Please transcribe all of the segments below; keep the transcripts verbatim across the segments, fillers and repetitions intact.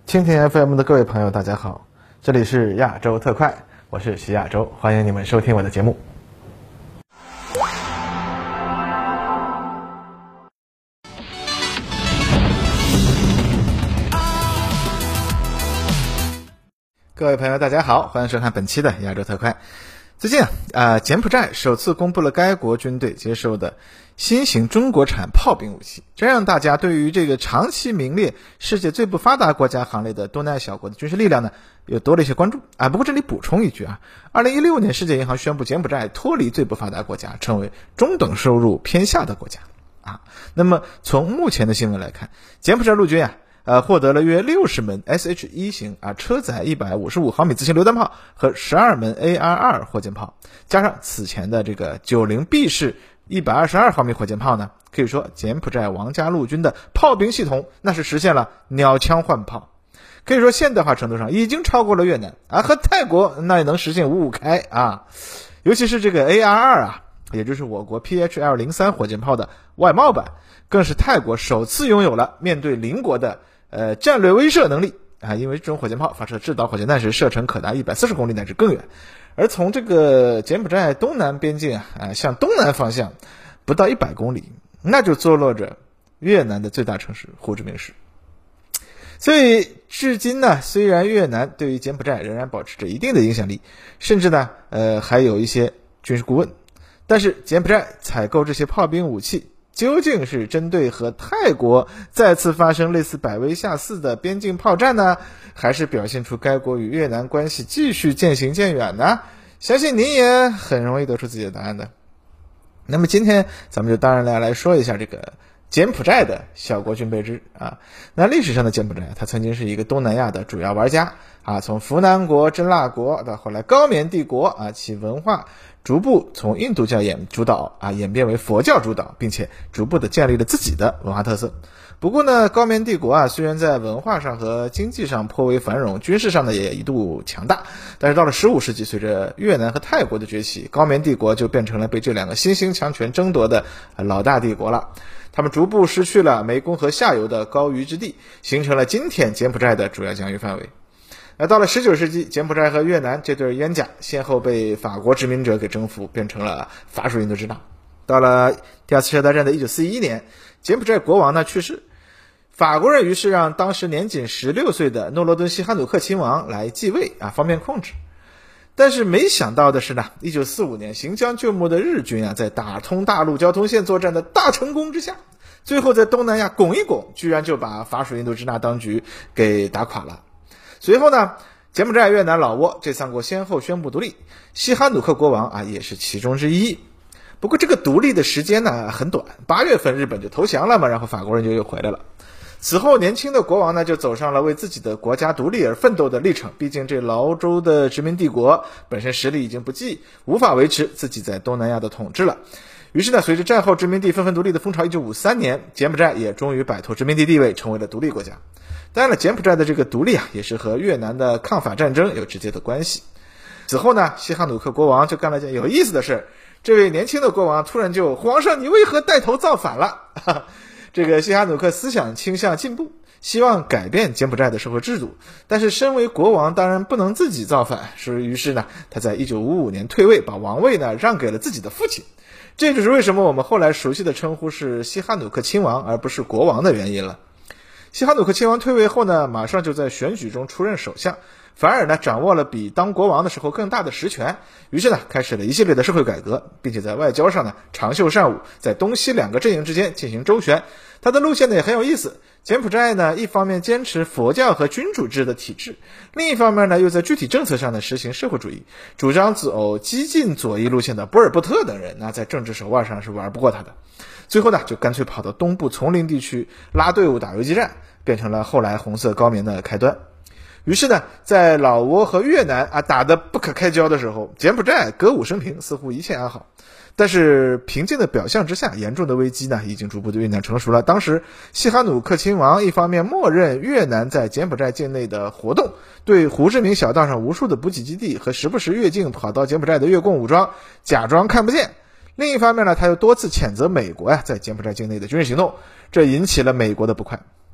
蜻蜓 F M 的各位朋友大家好，这里是亚洲特快，我是徐亚洲，欢迎你们收听我的节目。各位朋友大家好，欢迎收看本期的亚洲特快。最近啊，呃，柬埔寨首次公布了该国军队接受的新型中国产炮兵武器，这让大家对于这个长期名列世界最不发达国家行列的东南亚小国的军事力量呢，又多了一些关注啊。不过这里补充一句啊，二零一六年世界银行宣布柬埔寨脱离最不发达国家，成为中等收入偏下的国家啊。那么从目前的新闻来看，柬埔寨陆军啊。呃，获得了约六十门 S H 一 型啊车载一百五十五毫米自行榴弹炮和十二门 A R 二 火箭炮，加上此前的这个九零 B 式一百二十二毫米火箭炮呢，可以说柬埔寨王家陆军的炮兵系统那是实现了鸟枪换炮，可以说现代化程度上已经超过了越南啊，和泰国那也能实现五五开啊。尤其是这个 A R 二 啊，也就是我国 P H L 零三 火箭炮的外贸版，更是泰国首次拥有了面对邻国的呃，战略威慑能力啊，因为这种火箭炮发射制导火箭弹时射程可达一百四十公里乃至更远，而从这个柬埔寨东南边境啊，啊向东南方向不到一百公里，那就坐落着越南的最大城市胡志明市。所以至今呢，虽然越南对于柬埔寨仍然保持着一定的影响力，甚至呢，呃，还有一些军事顾问，但是柬埔寨采购这些炮兵武器究竟是针对和泰国再次发生类似百威下四的边境炮战呢，还是表现出该国与越南关系继续渐行渐远呢？相信您也很容易得出自己的答案的。那么今天咱们就当然来来说一下这个柬埔寨的小国军备之啊。那历史上的柬埔寨，它曾经是一个东南亚的主要玩家啊，从扶南国、真腊国到后来高棉帝国啊，其文化逐步从印度教演主导啊演变为佛教主导，并且逐步的建立了自己的文化特色。不过呢，高棉帝国啊虽然在文化上和经济上颇为繁荣，军事上呢也一度强大，但是到了十五世纪，随着越南和泰国的崛起，高棉帝国就变成了被这两个新兴强权争夺的老大帝国了。他们逐步失去了湄公河下游的高于之地，形成了今天柬埔寨的主要疆域范围。那到了十九世纪，柬埔寨和越南这对冤家先后被法国殖民者给征服，变成了法属印度支那。到了第二次世界大战的一九四一年，柬埔寨国王呢去世，法国人于是让当时年仅十六岁的诺罗敦西哈努克亲王来继位啊，方便控制。但是没想到的是呢，一九四五年行将就木的日军啊，在打通大陆交通线作战的大成功之下，最后在东南亚拱一拱，居然就把法属印度支那当局给打垮了。随后呢，柬埔寨、越南、老挝这三国先后宣布独立，西哈努克国王啊也是其中之一。不过这个独立的时间呢很短，八月份日本就投降了嘛，然后法国人就又回来了。此后年轻的国王呢就走上了为自己的国家独立而奋斗的历程，毕竟这劳州的殖民帝国本身实力已经不济，无法维持自己在东南亚的统治了。于是呢，随着战后殖民地纷纷独立的风潮，一九五三年，柬埔寨也终于摆脱殖民地地位，成为了独立国家。当然了，柬埔寨的这个独立啊，也是和越南的抗法战争有直接的关系。此后呢，西哈努克国王就干了件有意思的事，这位年轻的国王突然就，皇上你为何带头造反了？这个西哈努克思想倾向进步，希望改变柬埔寨的社会制度，但是身为国王当然不能自己造反，是于是呢，他在一九五五年退位，把王位呢让给了自己的父亲。这就是为什么我们后来熟悉的称呼是西哈努克亲王而不是国王的原因了。西哈努克亲王退位后呢，马上就在选举中出任首相，反而呢掌握了比当国王的时候更大的实权，于是呢开始了一系列的社会改革，并且在外交上呢长袖善舞，在东西两个阵营之间进行周旋。他的路线呢也很有意思，柬埔寨呢一方面坚持佛教和君主制的体制，另一方面呢又在具体政策上呢实行社会主义，主张走激进左翼路线的波尔布特等人，那在政治手腕上是玩不过他的。最后呢就干脆跑到东部丛林地区拉队伍打游击战，变成了后来红色高棉的开端。于是呢，在老挝和越南啊打得不可开交的时候，柬埔寨歌舞升平，似乎一切安好。但是平静的表象之下，严重的危机呢已经逐步的酝酿成熟了。当时西哈努克亲王一方面默认越南在柬埔寨境内的活动，对胡志明小道上无数的补给基地和时不时越境跑到柬埔寨的越共武装假装看不见。另一方面呢，他又多次谴责美国呀、啊、在柬埔寨境内的军事行动，这引起了美国的不快。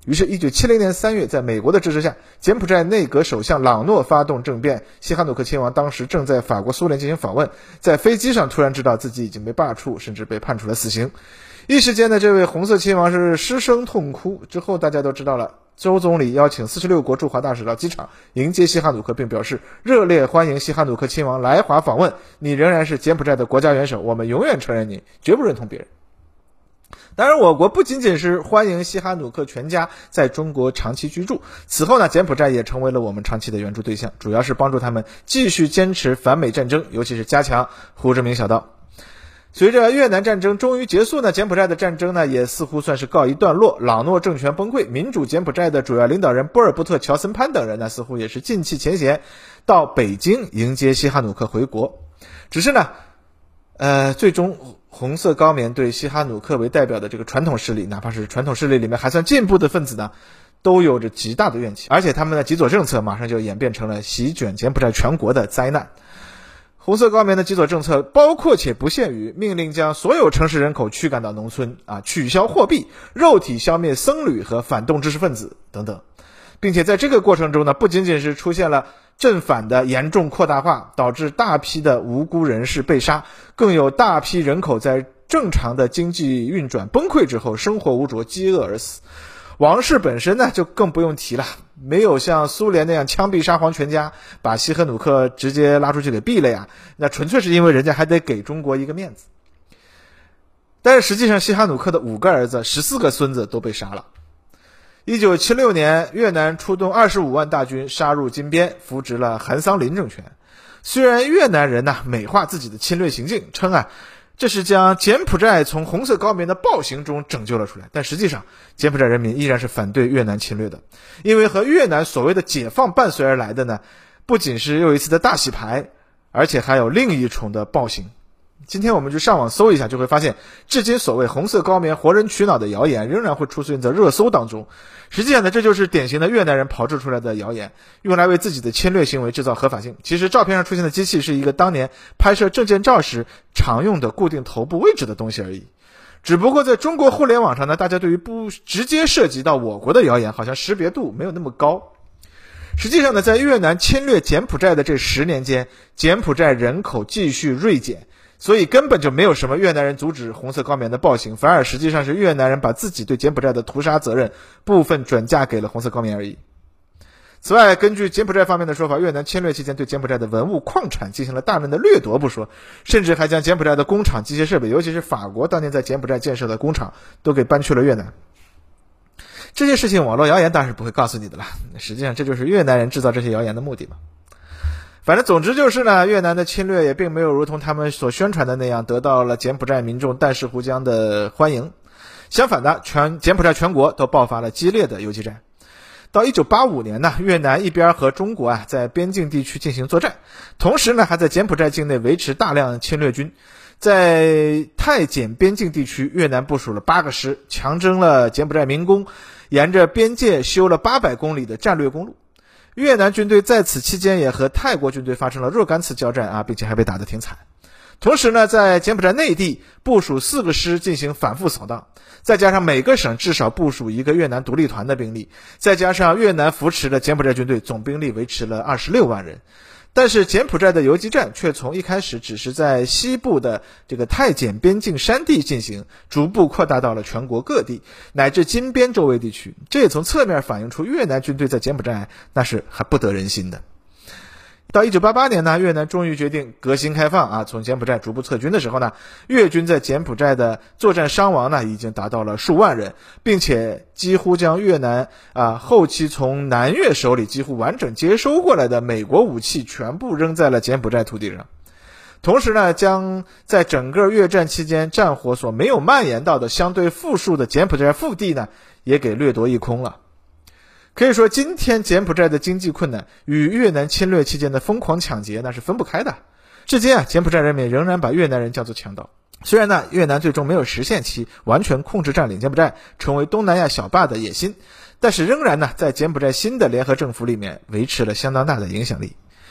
于是一九七零年三月，在美国的支持下，柬埔寨内阁首相朗诺发动政变，西哈努克亲王当时正在法国苏联进行访问，在飞机上突然知道自己已经被罢黜，甚至被判处了死刑。一时间呢，这位红色亲王是失声痛哭。之后大家都知道了，周总理邀请四十六国驻华大使到机场迎接西哈努克，并表示热烈欢迎西哈努克亲王来华访问，你仍然是柬埔寨的国家元首，我们永远承认你，绝不认同别人。当然，我国不仅仅是欢迎西哈努克全家在中国长期居住，此后呢，柬埔寨也成为了我们长期的援助对象，主要是帮助他们继续坚持反美战争，尤其是加强胡志明小道。随着越南战争终于结束呢，柬埔寨的战争呢也似乎算是告一段落，朗诺政权崩溃，民主柬埔寨的主要领导人波尔布特、乔森潘等人呢似乎也是尽弃前嫌，到北京迎接西哈努克回国。只是呢呃，最终红色高棉对西哈努克为代表的这个传统势力，哪怕是传统势力里面还算进步的分子呢，都有着极大的怨气，而且他们的极左政策马上就演变成了席卷柬埔寨全国的灾难。红色高棉的极左政策包括且不限于命令将所有城市人口驱赶到农村啊，取消货币，肉体消灭僧侣和反动知识分子等等，并且在这个过程中呢，不仅仅是出现了正反的严重扩大化，导致大批的无辜人士被杀，更有大批人口在正常的经济运转崩溃之后生活无着，饥饿而死。王室本身呢就更不用提了，没有像苏联那样枪毙沙皇全家，把西哈努克直接拉出去给毙了呀，那纯粹是因为人家还得给中国一个面子。但是实际上西哈努克的五个儿子十四个孙子都被杀了。一九七六年，越南出动二十五万大军杀入金边，扶植了韩桑林政权。虽然越南人呢美化自己的侵略行径，称啊这是将柬埔寨从红色高棉的暴行中拯救了出来，但实际上柬埔寨人民依然是反对越南侵略的，因为和越南所谓的解放伴随而来的呢，不仅是又一次的大洗牌，而且还有另一重的暴行。今天我们去上网搜一下，就会发现至今所谓红色高棉活人取脑的谣言仍然会出现在热搜当中。实际上呢，这就是典型的越南人炮制出来的谣言，用来为自己的侵略行为制造合法性。其实照片上出现的机器是一个当年拍摄证件照时常用的固定头部位置的东西而已。只不过在中国互联网上呢，大家对于不直接涉及到我国的谣言好像识别度没有那么高。实际上呢，在越南侵略柬埔寨的这十年间，柬埔寨人口继续锐减，所以根本就没有什么越南人阻止红色高棉的暴行，反而实际上是越南人把自己对柬埔寨的屠杀责任部分转嫁给了红色高棉而已。此外，根据柬埔寨方面的说法，越南侵略期间对柬埔寨的文物矿产进行了大量的掠夺不说，甚至还将柬埔寨的工厂、机械设备，尤其是法国当年在柬埔寨建设的工厂都给搬去了越南。这些事情网络谣言当然是不会告诉你的了，实际上这就是越南人制造这些谣言的目的嘛。反正总之就是呢，越南的侵略也并没有如同他们所宣传的那样得到了柬埔寨民众淡视湖江的欢迎，相反的，全柬埔寨全国都爆发了激烈的游击战。到一九八五年呢，越南一边和中国啊在边境地区进行作战，同时呢还在柬埔寨境内维持大量侵略军。在泰柬边境地区，越南部署了八个师，强征了柬埔寨民工，沿着边界修了八百公里的战略公路。越南军队在此期间也和泰国军队发生了若干次交战啊，并且还被打得挺惨。同时呢，在柬埔寨内地部署四个师进行反复扫荡，再加上每个省至少部署一个越南独立团的兵力，再加上越南扶持的柬埔寨军队，总兵力维持了二十六万人。但是柬埔寨的游击战却从一开始只是在西部的这个泰柬边境山地进行，逐步扩大到了全国各地，乃至金边周围地区。这也从侧面反映出越南军队在柬埔寨那是还不得人心的。到一九八八年呢，越南终于决定革新开放啊，从柬埔寨逐步撤军的时候呢，越军在柬埔寨的作战伤亡呢已经达到了数万人，并且几乎将越南啊后期从南越手里几乎完整接收过来的美国武器全部扔在了柬埔寨土地上。同时呢，将在整个越战期间战火所没有蔓延到的相对富庶的柬埔寨腹地呢也给掠夺一空了。可以说，今天柬埔寨的经济困难与越南侵略期间的疯狂抢劫那是分不开的。至今啊，柬埔寨人民仍然把越南人叫做强盗。虽然呢，越南最终没有实现其完全控制占领柬埔寨，成为东南亚小霸的野心，但是仍然呢，在柬埔寨新的联合政府里面维持了相当大的影响力。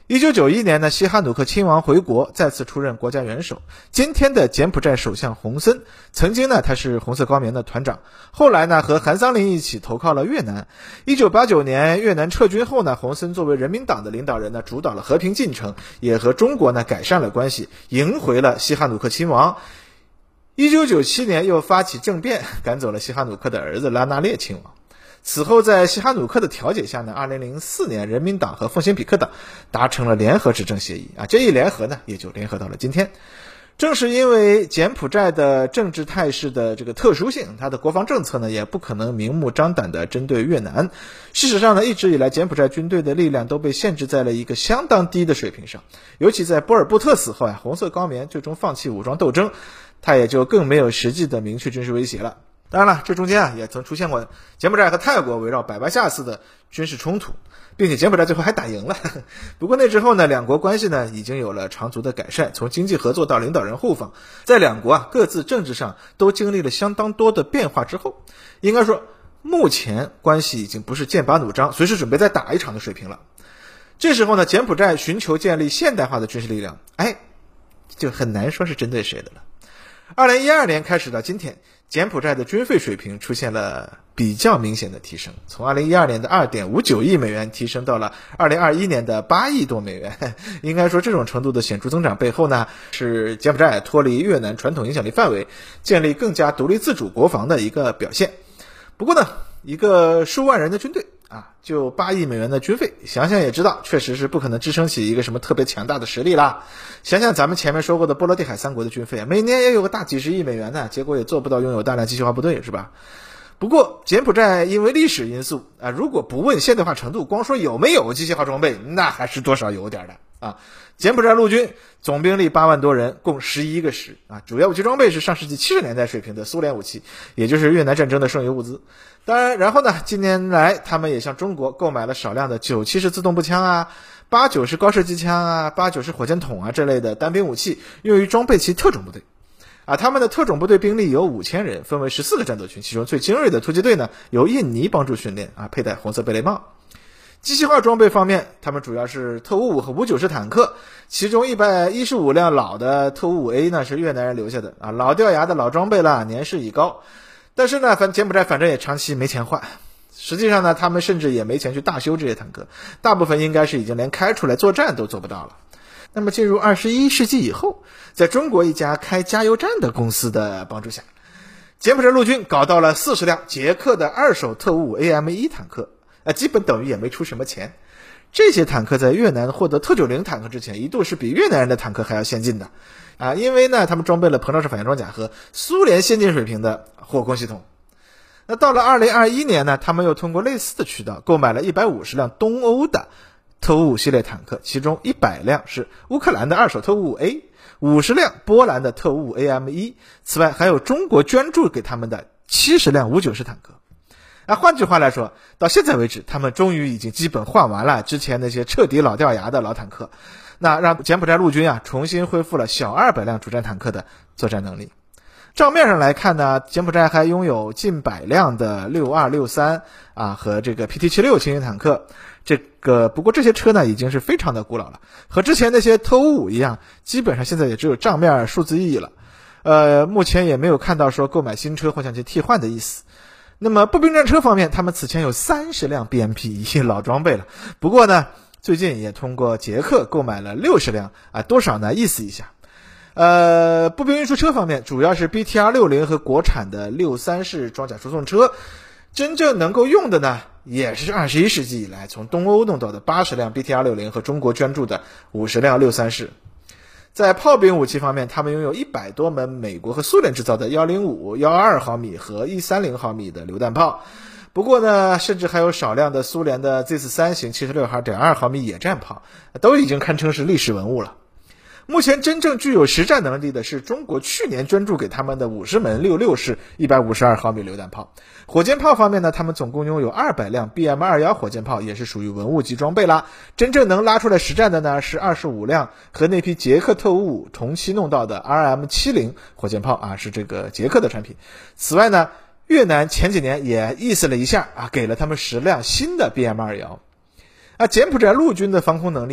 一九九一年呢，西哈努克亲王回国，再次出任国家元首。今天的柬埔寨首相洪森，曾经呢他是红色高棉的团长，后来呢和韩桑林一起投靠了越南。一九八九年越南撤军后呢，洪森作为人民党的领导人呢，主导了和平进程，也和中国呢改善了关系，赢回了西哈努克亲王。一九九七年又发起政变，赶走了西哈努克的儿子拉纳列亲王。此后在西哈努克的调解下呢，二零零四年人民党和奉辛比克党达成了联合执政协议啊，这一联合呢也就联合到了今天。正是因为柬埔寨的政治态势的这个特殊性，它的国防政策呢也不可能明目张胆地针对越南。事实上呢，一直以来柬埔寨军队的力量都被限制在了一个相当低的水平上，尤其在波尔布特死后啊，红色高棉最终放弃武装斗争，它也就更没有实际的明确军事威胁了。当然了，这中间啊也曾出现过柬埔寨和泰国围绕百八下似的军事冲突，并且柬埔寨最后还打赢了。不过那之后呢，两国关系呢已经有了长足的改善，从经济合作到领导人互访，在两国啊各自政治上都经历了相当多的变化之后，应该说目前关系已经不是剑拔弩张，随时准备再打一场的水平了。这时候呢，柬埔寨寻求建立现代化的军事力量，哎，就很难说是针对谁的了。二零一二年开始到今天，柬埔寨的军费水平出现了比较明显的提升，从二零一二年的 二点五九亿美元提升到了二零二一年的八亿多美元。应该说这种程度的显著增长背后呢，是柬埔寨脱离越南传统影响力范围，建立更加独立自主国防的一个表现。不过呢，一个数万人的军队啊，就八亿美元的军费，想想也知道，确实是不可能支撑起一个什么特别强大的实力啦。想想咱们前面说过的波罗的海三国的军费，每年也有个大几十亿美元呢，结果也做不到拥有大量机械化部队，是吧？不过柬埔寨因为历史因素啊，如果不问现代化程度，光说有没有机械化装备，那还是多少有点的啊。柬埔寨陆军总兵力八万多人，共十一个师啊，主要武器装备是上世纪七十年代水平的苏联武器，也就是越南战争的剩余物资。当然，然后呢，近年来他们也向中国购买了少量的九七式自动步枪啊、八九式高射机枪啊、八九式火箭筒啊这类的单兵武器，用于装备其特种部队。啊，他们的特种部队兵力有五千人，分为十四个战斗群，其中最精锐的突击队呢，由印尼帮助训练啊，佩戴红色贝雷帽。机械化装备方面，他们主要是特五五和五九式坦克，其中一百一十五辆老的特五五 A 呢是越南人留下的啊，老掉牙的老装备了，年事已高。但是呢，反柬埔寨反正也长期没钱换，实际上呢，他们甚至也没钱去大修这些坦克，大部分应该是已经连开出来作战都做不到了。那么进入二十一世纪以后，在中国一家开加油站的公司的帮助下，柬埔寨陆军搞到了四十辆捷克的二手特五五 A M 一 坦克，啊，基本等于也没出什么钱。这些坦克在越南获得特九零坦克之前，一度是比越南人的坦克还要先进的啊，因为呢，他们装备了膨胀式反应装甲和苏联先进水平的火攻系统。那到了二零二一年呢，他们又通过类似的渠道购买了一百五十辆东欧的特五五系列坦克，其中一百辆是乌克兰的二手特五五 A， 五十辆波兰的特五五 A M 一， 此外还有中国捐助给他们的七十辆五九式坦克。啊，换句话来说，到现在为止，他们终于已经基本换完了之前那些彻底老掉牙的老坦克，那让柬埔寨陆军啊重新恢复了小二百辆主战坦克的作战能力。账面上来看呢，柬埔寨还拥有近百辆的六二六三啊和这个 P T 七六 轻型坦克，这个不过这些车呢已经是非常的古老了，和之前那些特五五一样，基本上现在也只有账面数字意义了。呃，目前也没有看到说购买新车或向其替换的意思。那么步兵战车方面，他们此前有三十辆 B M P 一 老装备了，不过呢，最近也通过捷克购买了六十辆啊，多少呢？意思一下。呃，步兵运输车方面，主要是 B T R 六十 和国产的六三式装甲输送车，真正能够用的呢，也是二十一世纪以来从东欧弄到的八十辆 B T R 六十 和中国捐助的五十辆六三式。在炮兵武器方面，他们拥有一百多门美国和苏联制造的一零五、一二毫米和一三零毫米的榴弹炮。不过呢，甚至还有少量的苏联的 Z 四十三 型 七十六点二毫米野战炮，都已经堪称是历史文物了。目前真正具有实战能力的是中国去年捐助给他们的五十门六六式一百五十二毫米榴弹炮。火箭炮方面呢，他们总共拥有二百辆 B M 二十一 火箭炮，也是属于文物级装备啦。真正能拉出来实战的呢是二十五辆和那批捷克特五五同期弄到的 R M 七十 火箭炮啊，是这个捷克的产品。此外呢，越南前几年也意思了一下啊，给了他们十辆新的 B M 二十一。啊，柬埔寨陆军的防空能力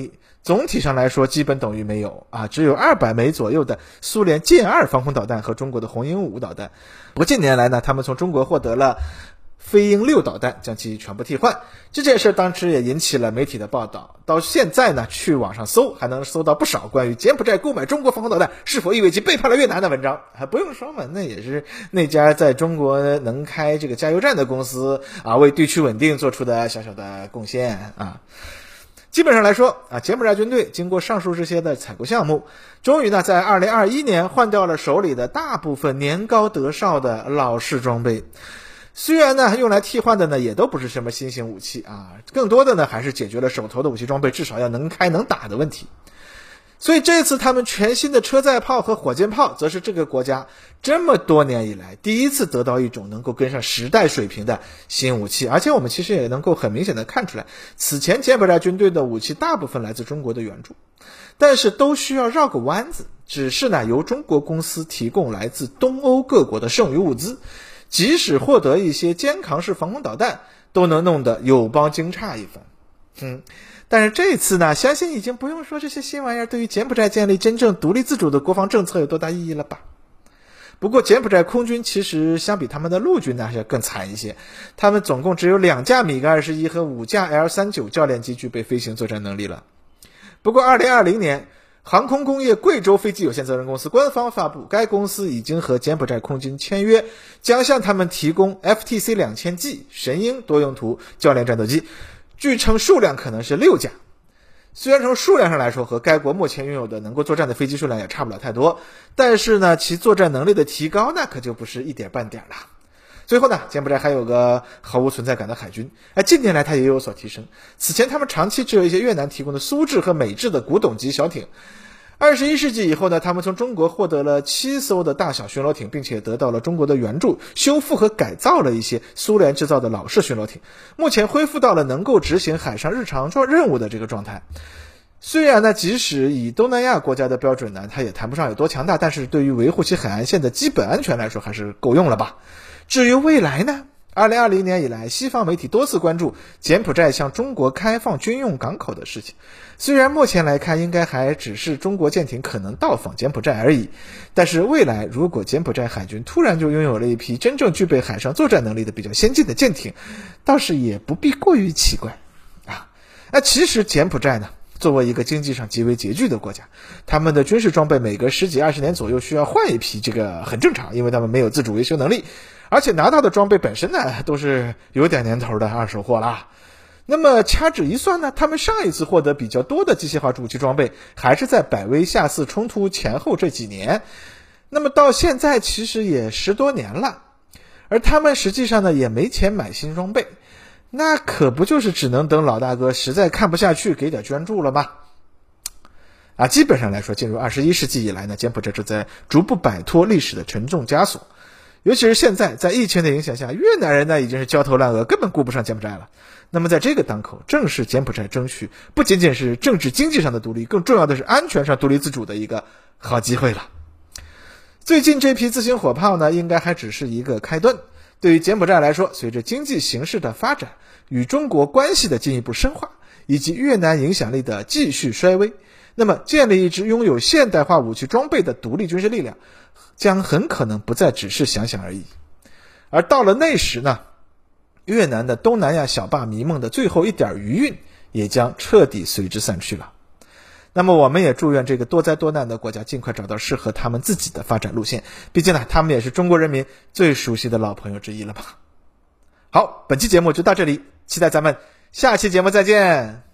总体上来说基本等于没有啊，只有二百枚左右的苏联舰二防空导弹和中国的红鹰五导弹。不过近年来呢，他们从中国获得了飞鹰六导弹，将其全部替换。这件事当时也引起了媒体的报道，到现在呢，去网上搜还能搜到不少关于柬埔寨购买中国防空导弹是否意味其背叛了越南的文章。还不用说嘛，那也是那家在中国能开这个加油站的公司啊，为地区稳定做出的小小的贡献啊。基本上来说啊，柬埔寨军队经过上述这些的采购项目，终于呢在二零二一年换掉了手里的大部分年高德少的老式装备。虽然呢用来替换的呢也都不是什么新型武器啊，更多的呢还是解决了手头的武器装备至少要能开能打的问题。所以这次他们全新的车载炮和火箭炮则是这个国家这么多年以来第一次得到一种能够跟上时代水平的新武器。而且我们其实也能够很明显的看出来，此前柬埔寨军队的武器大部分来自中国的援助，但是都需要绕个弯子，只是呢由中国公司提供来自东欧各国的剩余物资，即使获得一些肩扛式防空导弹都能弄得友邦惊诧一番。嗯，但是这次呢，相信已经不用说这些新玩意儿对于柬埔寨建立真正独立自主的国防政策有多大意义了吧。不过柬埔寨空军其实相比他们的陆军呢要更惨一些，他们总共只有两架米格二十一和五架 L三十九 教练机具备飞行作战能力了。不过二零二零年航空工业贵州飞机有限责任公司官方发布，该公司已经和柬埔寨空军签约，将向他们提供 F T C 两千 G 神鹰多用途教练战斗机，据称数量可能是六架。虽然从数量上来说和该国目前拥有的能够作战的飞机数量也差不了太多，但是呢其作战能力的提高那可就不是一点半点了。最后呢，柬埔寨还有个毫无存在感的海军，哎，近年来它也有所提升。此前他们长期只有一些越南提供的苏制和美制的古董级小艇，二十一世纪以后呢，他们从中国获得了七艘的大小巡逻艇，并且得到了中国的援助，修复和改造了一些苏联制造的老式巡逻艇，目前恢复到了能够执行海上日常任务的这个状态。虽然呢，即使以东南亚国家的标准呢，它也谈不上有多强大，但是对于维护其海岸线的基本安全来说还是够用了吧。至于未来呢，二零二零年以来，西方媒体多次关注柬埔寨向中国开放军用港口的事情。虽然目前来看应该还只是中国舰艇可能到访柬埔寨而已，但是未来如果柬埔寨海军突然就拥有了一批真正具备海上作战能力的比较先进的舰艇，倒是也不必过于奇怪啊。那其实柬埔寨呢，作为一个经济上极为拮据的国家，他们的军事装备每隔十几二十年左右需要换一批，这个很正常，因为他们没有自主维修能力，而且拿到的装备本身呢都是有点年头的二手货啦。那么掐指一算呢，他们上一次获得比较多的机械化武器装备还是在百威夏四冲突前后这几年，那么到现在其实也十多年了，而他们实际上呢也没钱买新装备，那可不就是只能等老大哥实在看不下去给点捐助了吗？啊，基本上来说，进入二十一世纪以来呢，柬埔寨正在逐步摆脱历史的沉重枷锁。尤其是现在在疫情的影响下，越南人呢已经是焦头烂额，根本顾不上柬埔寨了。那么在这个当口，正是柬埔寨争取不仅仅是政治经济上的独立，更重要的是安全上独立自主的一个好机会了。最近这批自行火炮呢，应该还只是一个开端。对于柬埔寨来说，随着经济形势的发展，与中国关系的进一步深化，以及越南影响力的继续衰微，那么建立一支拥有现代化武器装备的独立军事力量，将很可能不再只是想想而已。而到了那时呢，越南的东南亚小霸迷梦的最后一点余韵也将彻底随之散去了。那么我们也祝愿这个多灾多难的国家尽快找到适合他们自己的发展路线，毕竟呢，他们也是中国人民最熟悉的老朋友之一了嘛。好，本期节目就到这里，期待咱们下期节目再见。